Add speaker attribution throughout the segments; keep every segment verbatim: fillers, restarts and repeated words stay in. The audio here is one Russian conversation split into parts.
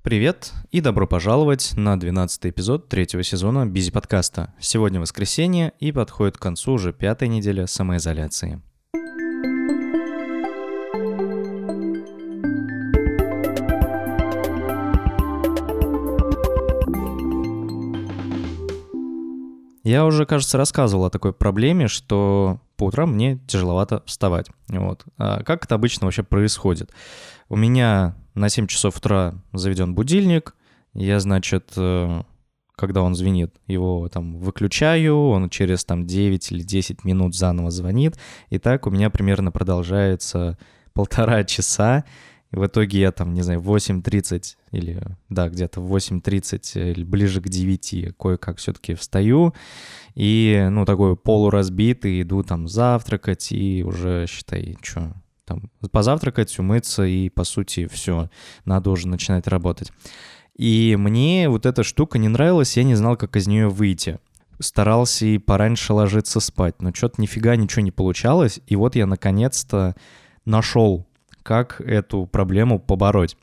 Speaker 1: Привет и добро пожаловать на двенадцатый эпизод третьего сезона Бизи подкаста. Сегодня воскресенье и подходит к концу уже пятая неделя самоизоляции. Я уже, кажется, рассказывал о такой проблеме, что по утрам мне тяжеловато вставать. Вот. А как это обычно вообще происходит? У меня на семь часов утра заведен будильник. Я, значит, когда он звенит, его там выключаю, он через там девять или десять минут заново звонит. И так у меня примерно продолжается полтора часа. И в итоге я там, не знаю, в восемь тридцать или, да, где-то в восемь тридцать или ближе к девяти кое-как все-таки встаю и, ну, такой полуразбитый, иду там завтракать и уже, считай, что, там, позавтракать, умыться и, по сути, все, надо уже начинать работать. И мне вот эта штука не нравилась, я не знал, как из нее выйти. Старался и пораньше ложиться спать, но что-то нифига ничего не получалось, и вот я наконец-то нашел, как эту проблему побороть.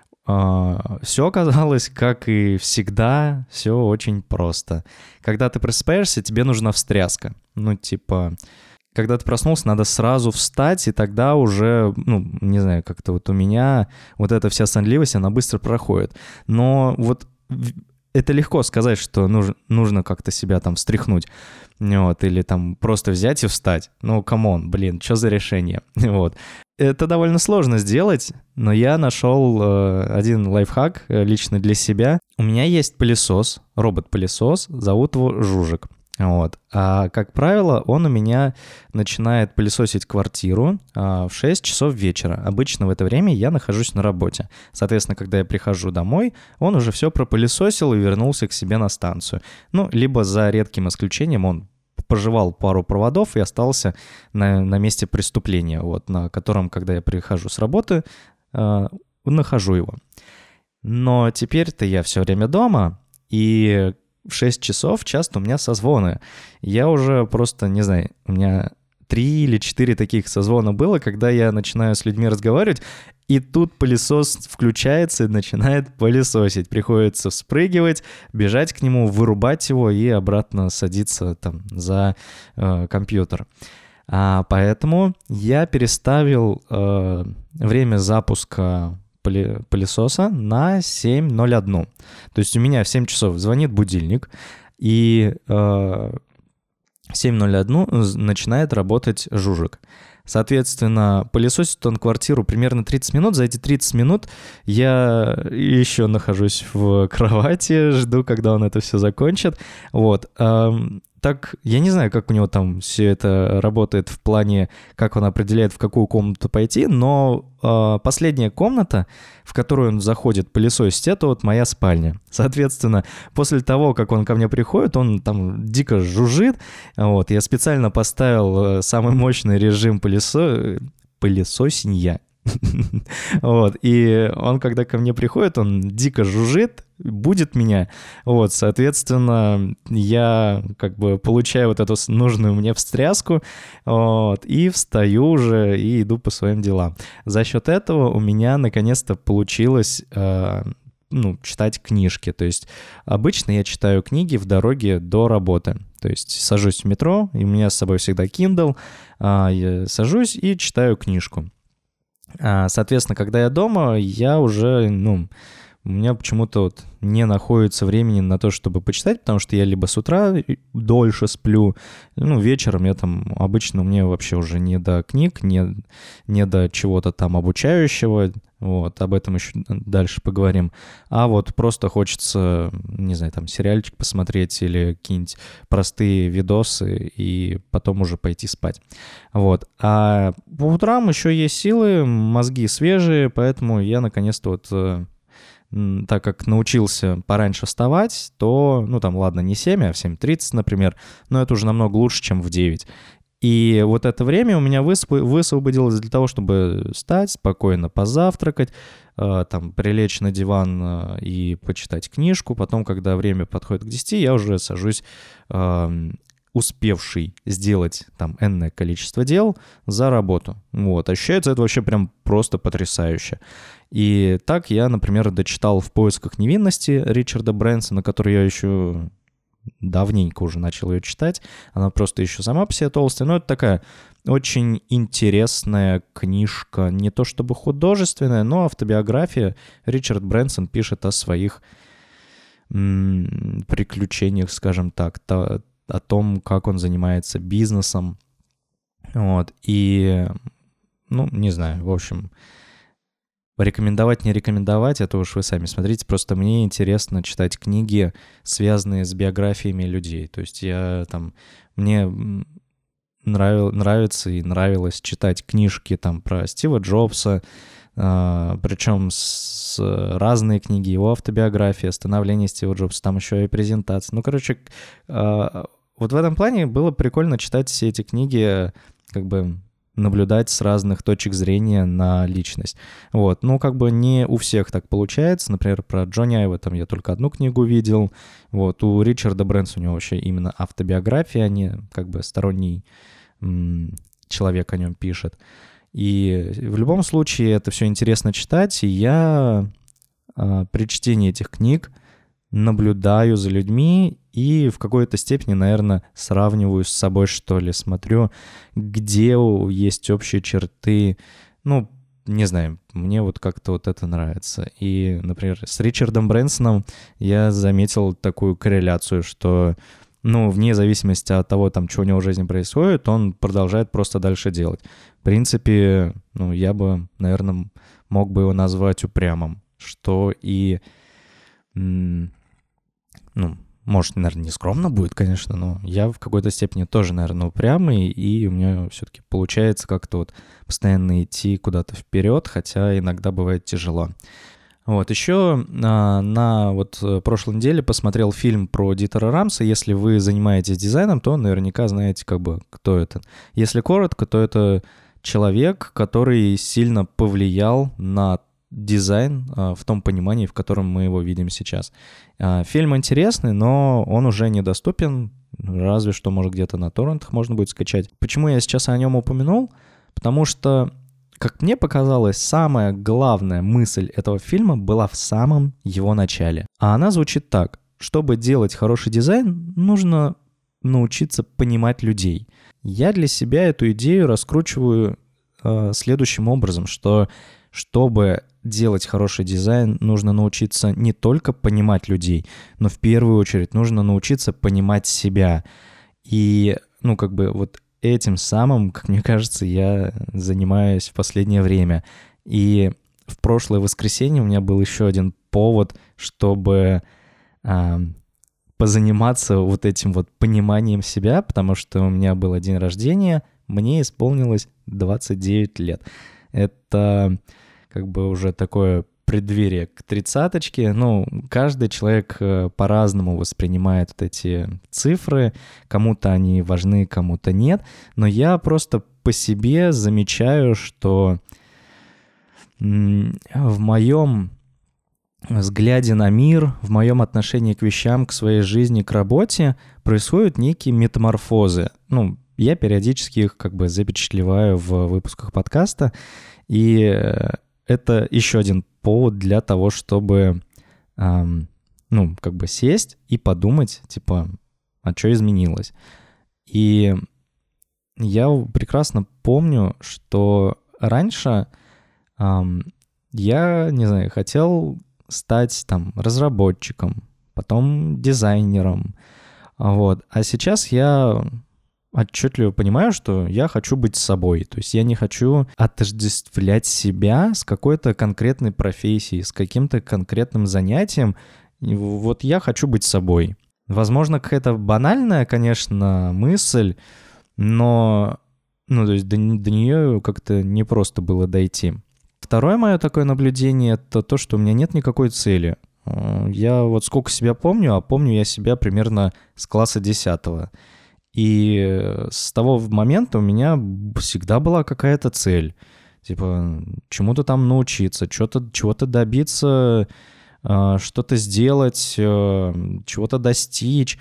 Speaker 1: Все оказалось, как и всегда, все очень просто. Когда ты просыпаешься, тебе нужна встряска. Ну, типа, когда ты проснулся, надо сразу встать, и тогда уже, ну, не знаю, как-то вот у меня вот эта вся сонливость, она быстро проходит. Но вот это легко сказать, что нужно, нужно как-то себя там встряхнуть, вот, или там просто взять и встать. Ну, камон, блин, что за решение? Вот. Это довольно сложно сделать, но я нашел э, один лайфхак э, лично для себя. У меня есть пылесос, робот-пылесос, зовут его Жужик. Вот. А, как правило, он у меня начинает пылесосить квартиру а, в шесть часов вечера. Обычно в это время я нахожусь на работе. Соответственно, когда я прихожу домой, он уже все пропылесосил и вернулся к себе на станцию. Ну, либо за редким исключением он пожевал пару проводов и остался на, на месте преступления, вот, на котором, когда я прихожу с работы, э, нахожу его. Но теперь-то я все время дома, и в шесть часов часто у меня созвоны. Я уже просто, не знаю, у меня три или четыре таких созвона было, когда я начинаю с людьми разговаривать, и тут пылесос включается и начинает пылесосить. Приходится вспрыгивать, бежать к нему, вырубать его и обратно садиться там за э, компьютер. А, поэтому я переставил э, время запуска пыли, пылесоса на семь ноль один. То есть у меня в семь часов звонит будильник, и э, семь ноль один начинает работать Жужик. Соответственно, пылесосит он квартиру примерно тридцать минут. За эти тридцать минут я еще нахожусь в кровати, жду, когда он это все закончит. Вот. Так, я не знаю, как у него там все это работает в плане, как он определяет, в какую комнату пойти, но э, последняя комната, в которую он заходит пылесосить, это вот моя спальня. Соответственно, после того, как он ко мне приходит, он там дико жужжит. Вот, я специально поставил самый мощный режим пылесо... пылесосинья. Вот, и он, когда ко мне приходит, он дико жужжит, будет меня, вот, соответственно, я как бы получаю вот эту нужную мне встряску, вот, и встаю уже и иду по своим делам. За счет этого у меня наконец-то получилось э, ну, читать книжки, то есть обычно я читаю книги в дороге до работы, то есть сажусь в метро, и у меня с собой всегда Kindle, э, я сажусь и читаю книжку. Соответственно, когда я дома, я уже, ну, у меня почему-то вот не находится времени на то, чтобы почитать, потому что я либо с утра дольше сплю, ну, вечером я там, обычно мне вообще уже не до книг, не, не до чего-то там обучающего, вот, об этом еще дальше поговорим, а вот просто хочется, не знаю, там, сериальчик посмотреть или какие-нибудь простые видосы и потом уже пойти спать, вот, а по утрам еще есть силы, мозги свежие, поэтому я наконец-то вот... Так как научился пораньше вставать, то, ну там, ладно, не семь, а в семь тридцать, например, но это уже намного лучше, чем в девять. И вот это время у меня высвоб... высвободилось для того, чтобы встать, спокойно позавтракать, э, там, прилечь на диван э, и почитать книжку. Потом, когда время подходит к десяти, я уже сажусь э, успевший сделать там энное количество дел за работу. Вот. Ощущается это вообще прям просто потрясающе. И так я, например, дочитал «В поисках невинности» Ричарда Брэнсона, который я еще давненько уже начал ее читать. Она просто еще сама по себе толстая, но это такая очень интересная книжка, не то чтобы художественная, но автобиография. Ричард Брэнсон пишет о своих м- приключениях, скажем так, то, о том, как он занимается бизнесом. Вот. И, ну, не знаю, в общем, рекомендовать, не рекомендовать, это уж вы сами смотрите. Просто мне интересно читать книги, связанные с биографиями людей. То есть я там... Мне нравил, нравится и нравилось читать книжки там про Стива Джобса, э, причем с, разные книги, его автобиография, становление Стива Джобса, там еще и презентация. Ну, короче, э, вот в этом плане было прикольно читать все эти книги, как бы наблюдать с разных точек зрения на личность. Вот. Ну, как бы не у всех так получается. Например, про Джонни Айва там я только одну книгу видел. Вот. У Ричарда Брэнсона у него вообще именно автобиография, а не как бы сторонний м- человек о нем пишет. И в любом случае это все интересно читать, и я а, при чтении этих книг наблюдаю за людьми и в какой-то степени, наверное, сравниваю с собой, что ли, смотрю, где есть общие черты. Ну, не знаю, мне вот как-то вот это нравится. И, например, с Ричардом Брэнсоном я заметил такую корреляцию, что, ну, вне зависимости от того, там, что у него в жизни происходит, он продолжает просто дальше делать. В принципе, ну, я бы, наверное, мог бы его назвать упрямым, что и... М- ну, может, наверное, не скромно будет, конечно, но я в какой-то степени тоже, наверное, упрямый, и у меня все-таки получается как-то вот постоянно идти куда-то вперед, хотя иногда бывает тяжело. Вот, еще а, на вот прошлой неделе посмотрел фильм про Дитера Рамса. Если вы занимаетесь дизайном, то наверняка знаете, как бы, кто это. Если коротко, то это человек, который сильно повлиял на дизайн а, в том понимании, в котором мы его видим сейчас. А, фильм интересный, но он уже недоступен, разве что, может, где-то на торрентах можно будет скачать. Почему я сейчас о нем упомянул? Потому что, как мне показалось, самая главная мысль этого фильма была в самом его начале. А она звучит так. Чтобы делать хороший дизайн, нужно научиться понимать людей. Я для себя эту идею раскручиваю э, следующим образом, что чтобы делать хороший дизайн, нужно научиться не только понимать людей, но в первую очередь нужно научиться понимать себя. И, ну, как бы вот этим самым, как мне кажется, я занимаюсь в последнее время. И в прошлое воскресенье у меня был еще один повод, чтобы э, позаниматься вот этим вот пониманием себя, потому что у меня был день рождения, мне исполнилось двадцать девять лет. Это как бы уже такое преддверие к тридцаточке. Ну, каждый человек по-разному воспринимает вот эти цифры. Кому-то они важны, кому-то нет. Но я просто по себе замечаю, что в моем взгляде на мир, в моем отношении к вещам, к своей жизни, к работе происходят некие метаморфозы. Ну, я периодически их как бы запечатлеваю в выпусках подкаста, и это еще один повод для того, чтобы, эм, ну, как бы сесть и подумать, типа, а что изменилось? И я прекрасно помню, что раньше эм, я, не знаю, хотел стать там разработчиком, потом дизайнером, вот. А сейчас я отчетливо понимаю, что я хочу быть собой. То есть я не хочу отождествлять себя с какой-то конкретной профессией, с каким-то конкретным занятием. И вот я хочу быть собой. Возможно, какая-то банальная, конечно, мысль, но ну, то есть до, до нее как-то непросто было дойти. Второе мое такое наблюдение — это то, что у меня нет никакой цели. Я вот сколько себя помню, а помню я себя примерно с класса десятого. И с того момента у меня всегда была какая-то цель. Типа, чему-то там научиться, что-то, чего-то добиться, что-то сделать, чего-то достичь.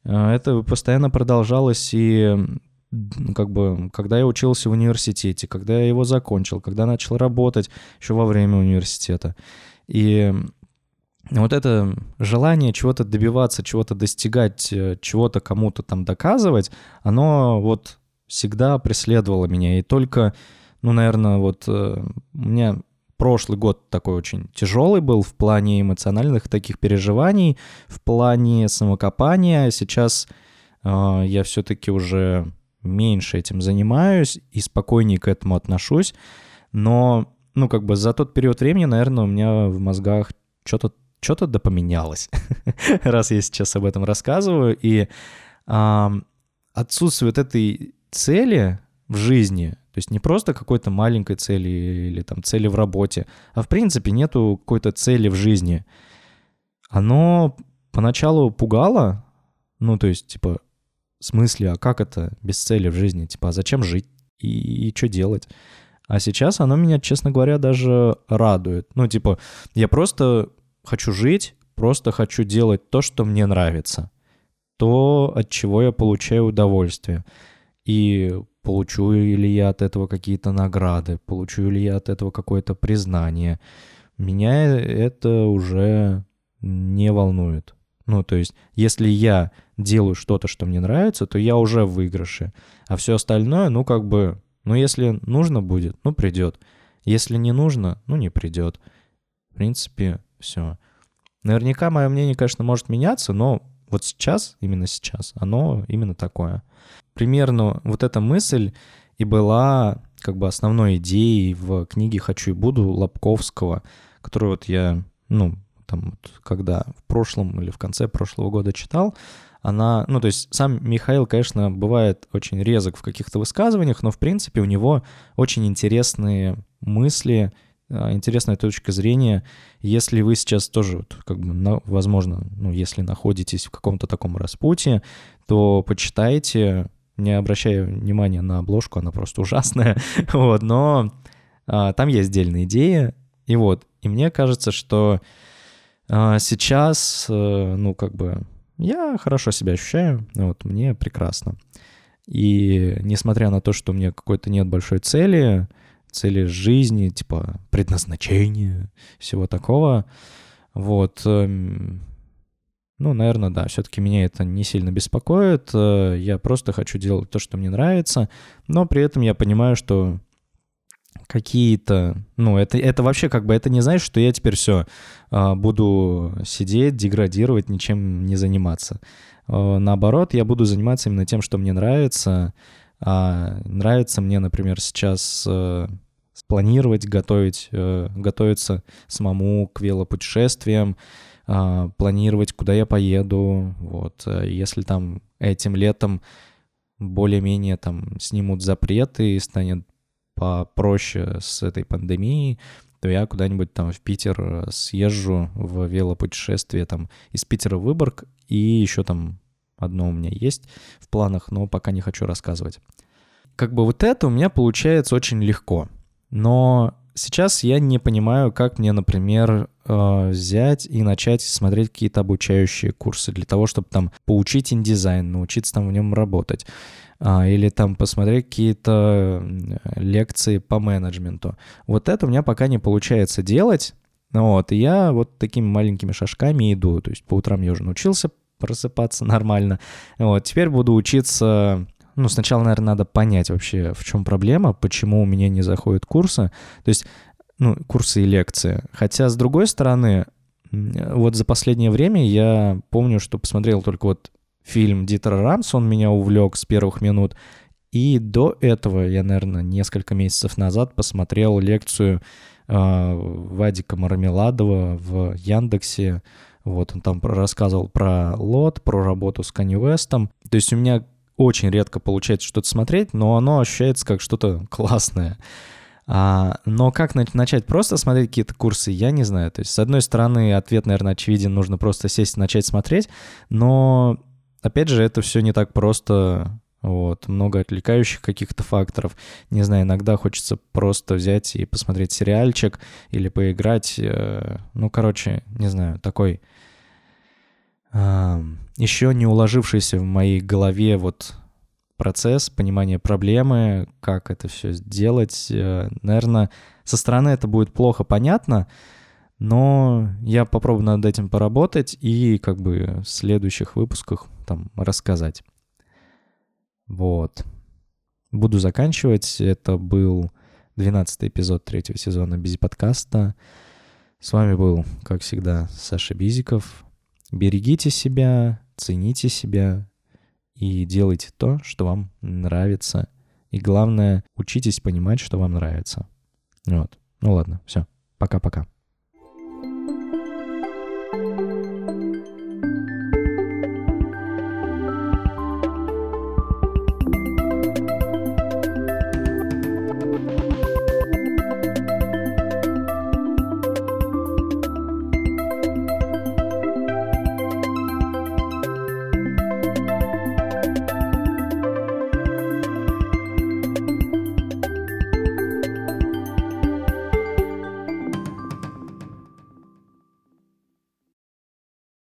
Speaker 1: Это постоянно продолжалось и как бы, когда я учился в университете, когда я его закончил, когда начал работать еще во время университета. И вот это желание чего-то добиваться, чего-то достигать, чего-то кому-то там доказывать, оно вот всегда преследовало меня. И только, ну, наверное, вот у меня прошлый год такой очень тяжелый был в плане эмоциональных таких переживаний, в плане самокопания. Сейчас э, я все-таки уже меньше этим занимаюсь и спокойнее к этому отношусь. Но, ну, как бы за тот период времени, наверное, у меня в мозгах что-то что-то да поменялось, раз я сейчас об этом рассказываю. И э, отсутствие вот этой цели в жизни, то есть не просто какой-то маленькой цели или там цели в работе, а в принципе нету какой-то цели в жизни. Оно поначалу пугало, ну то есть типа в смысле, а как это без цели в жизни? Типа, а зачем жить и, и что делать? А сейчас оно меня, честно говоря, даже радует. Ну типа, я просто хочу жить, просто хочу делать то, что мне нравится, то, от чего я получаю удовольствие. И получу ли я от этого какие-то награды, получу ли я от этого какое-то признание. Меня это уже не волнует. Ну, то есть, если я делаю что-то, что мне нравится, то я уже в выигрыше. А все остальное, ну, как бы, ну, если нужно будет, ну, придет. Если не нужно, ну, не придет. В принципе, все. Наверняка мое мнение, конечно, может меняться, но вот сейчас, именно сейчас, оно именно такое. Примерно вот эта мысль и была как бы основной идеей в книге «Хочу и буду» Лобковского, которую вот я, ну, там вот, когда в прошлом или в конце прошлого года читал, она, ну, то есть сам Михаил, конечно, бывает очень резок в каких-то высказываниях, но, в принципе, у него очень интересные мысли, интересная точка зрения. Если вы сейчас тоже, вот, как бы, возможно, ну, если находитесь в каком-то таком распутье, то почитайте, не обращая внимания на обложку, она просто ужасная, вот, но а, там есть отдельные идеи, и вот, и мне кажется, что а, сейчас, а, ну, как бы, я хорошо себя ощущаю, вот, мне прекрасно. И несмотря на то, что у меня какой-то нет большой цели, цели жизни, типа предназначения, всего такого, вот, ну, наверное, да, все-таки меня это не сильно беспокоит, я просто хочу делать то, что мне нравится, но при этом я понимаю, что какие-то, ну, это, это вообще как бы, это не значит, что я теперь все буду сидеть, деградировать, ничем не заниматься. Наоборот, я буду заниматься именно тем, что мне нравится. А нравится мне, например, сейчас спланировать, готовить, готовиться самому к велопутешествиям, планировать, куда я поеду, вот. Если там этим летом более-менее там снимут запреты и станет попроще с этой пандемией, то я куда-нибудь там в Питер съезжу в велопутешествие там из Питера в Выборг, и еще там одно у меня есть в планах, но пока не хочу рассказывать. Как бы вот это у меня получается очень легко, но сейчас я не понимаю, как мне, например, взять и начать смотреть какие-то обучающие курсы для того, чтобы там поучить индизайн, научиться там в нем работать, или там посмотреть какие-то лекции по менеджменту. Вот это у меня пока не получается делать, вот, и я вот такими маленькими шажками иду, то есть по утрам я уже научился просыпаться нормально, вот, теперь буду учиться. Ну, сначала, наверное, надо понять вообще, в чем проблема, почему у меня не заходят курсы, то есть, ну, курсы и лекции. Хотя, с другой стороны, вот за последнее время я помню, что посмотрел только вот фильм Дитера Рамса, он меня увлек с первых минут, и до этого я, наверное, несколько месяцев назад посмотрел лекцию э, Вадика Мармеладова в Яндексе, вот, он там рассказывал про лот, про работу с Канье Уэстом, то есть у меня очень редко получается что-то смотреть, но оно ощущается как что-то классное. А, но как начать просто смотреть какие-то курсы, я не знаю. То есть, с одной стороны, ответ, наверное, очевиден, нужно просто сесть и начать смотреть, но, опять же, это все не так просто, вот, много отвлекающих каких-то факторов. Не знаю, иногда хочется просто взять и посмотреть сериальчик или поиграть, э, ну, короче, не знаю, такой Еще не уложившийся в моей голове вот процесс понимания проблемы, как это все сделать. Наверное, со стороны это будет плохо понятно, но я попробую над этим поработать и как бы в следующих выпусках там рассказать. Вот. Буду заканчивать. Это был двенадцатый эпизод третьего сезона Бизи-подкаста. С вами был, как всегда, Саша Бизиков. Берегите себя, цените себя и делайте то, что вам нравится. И главное, учитесь понимать, что вам нравится. Вот. Ну ладно, все. Пока-пока.